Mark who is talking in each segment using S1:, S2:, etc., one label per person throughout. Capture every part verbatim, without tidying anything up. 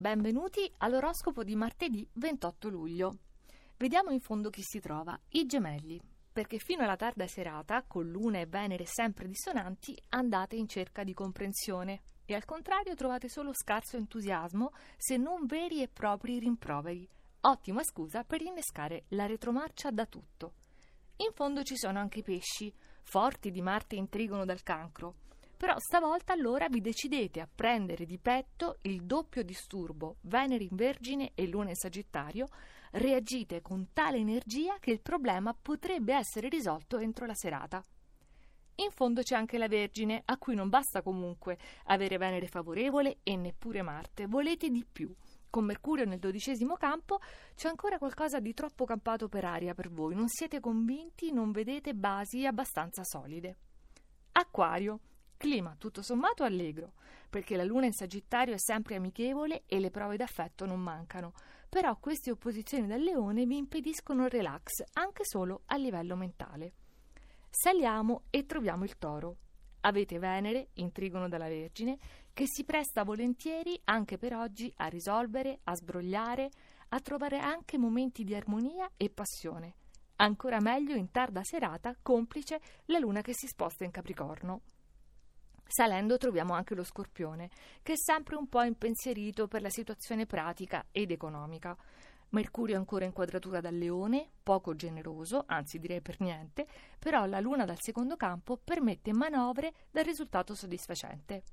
S1: Benvenuti all'oroscopo di martedì ventotto luglio. Vediamo in fondo chi si trova, i Gemelli, perché fino alla tarda serata, con Luna e Venere sempre dissonanti, andate in cerca di comprensione e al contrario trovate solo scarso entusiasmo, se non veri e propri rimproveri. Ottima scusa per innescare la retromarcia da tutto. In fondo ci sono anche i pesci, forti di Marte intrigono dal Cancro. Però stavolta allora vi decidete a prendere di petto il doppio disturbo Venere in Vergine e Luna in Sagittario, reagite con tale energia che il problema potrebbe essere risolto entro la serata. In fondo c'è anche la Vergine, a cui non basta comunque avere Venere favorevole e neppure Marte, volete di più. Con Mercurio nel dodicesimo campo c'è ancora qualcosa di troppo campato per aria per voi, non siete convinti, non vedete basi abbastanza solide. Acquario. Clima tutto sommato allegro, perché la Luna in Sagittario è sempre amichevole e le prove d'affetto non mancano, però queste opposizioni dal Leone vi impediscono il relax, anche solo a livello mentale. Saliamo e troviamo il Toro. Avete Venere, intrigono dalla Vergine, che si presta volentieri anche per oggi a risolvere, a sbrogliare, a trovare anche momenti di armonia e passione. Ancora meglio in tarda serata, complice la Luna che si sposta in Capricorno. Salendo troviamo anche lo Scorpione, che è sempre un po' impensierito per la situazione pratica ed economica. Mercurio ancora in quadratura dal Leone, poco generoso, anzi direi per niente, però la Luna dal secondo campo permette manovre dal risultato soddisfacente.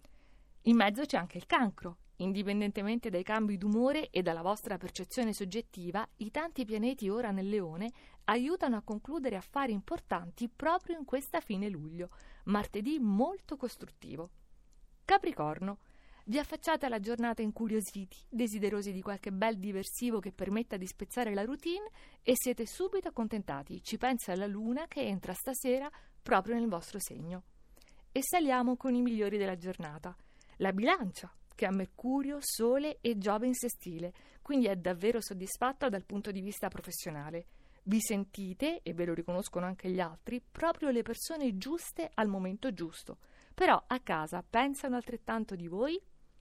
S1: In mezzo c'è anche il Cancro. Indipendentemente dai cambi d'umore e dalla vostra percezione soggettiva, i tanti pianeti ora nel Leone aiutano a concludere affari importanti proprio in questa fine luglio, martedì molto costruttivo. Capricorno. Vi affacciate alla giornata incuriositi, desiderosi di qualche bel diversivo che permetta di spezzare la routine e siete subito accontentati, ci pensa la Luna che entra stasera proprio nel vostro segno. E saliamo con i migliori della giornata. La Bilancia, che ha Mercurio, Sole e Giove in sestile, quindi è davvero soddisfatta dal punto di vista professionale. Vi sentite, e ve lo riconoscono anche gli altri, proprio le persone giuste al momento giusto. Però a casa pensano altrettanto di voi?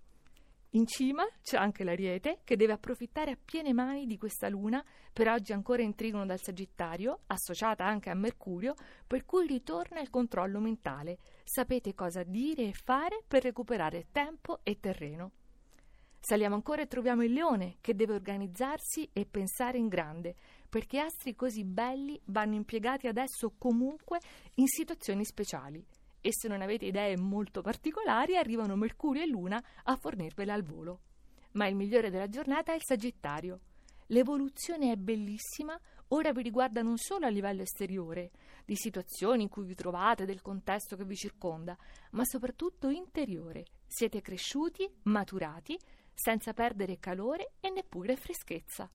S1: In cima c'è anche l'Ariete, che deve approfittare a piene mani di questa Luna, per oggi ancora in trigono dal Sagittario, associata anche a Mercurio, per cui ritorna il controllo mentale. Sapete cosa dire e fare per recuperare tempo e terreno. Saliamo ancora e troviamo il Leone, che deve organizzarsi e pensare in grande, perché astri così belli vanno impiegati adesso comunque in situazioni speciali. E se non avete idee molto particolari, arrivano Mercurio e Luna a fornirvele al volo. Ma il migliore della giornata è il Sagittario. L'evoluzione è bellissima, ora vi riguarda non solo a livello esteriore, di situazioni in cui vi trovate, del contesto che vi circonda, ma soprattutto interiore. Siete cresciuti, maturati, senza perdere calore e neppure freschezza.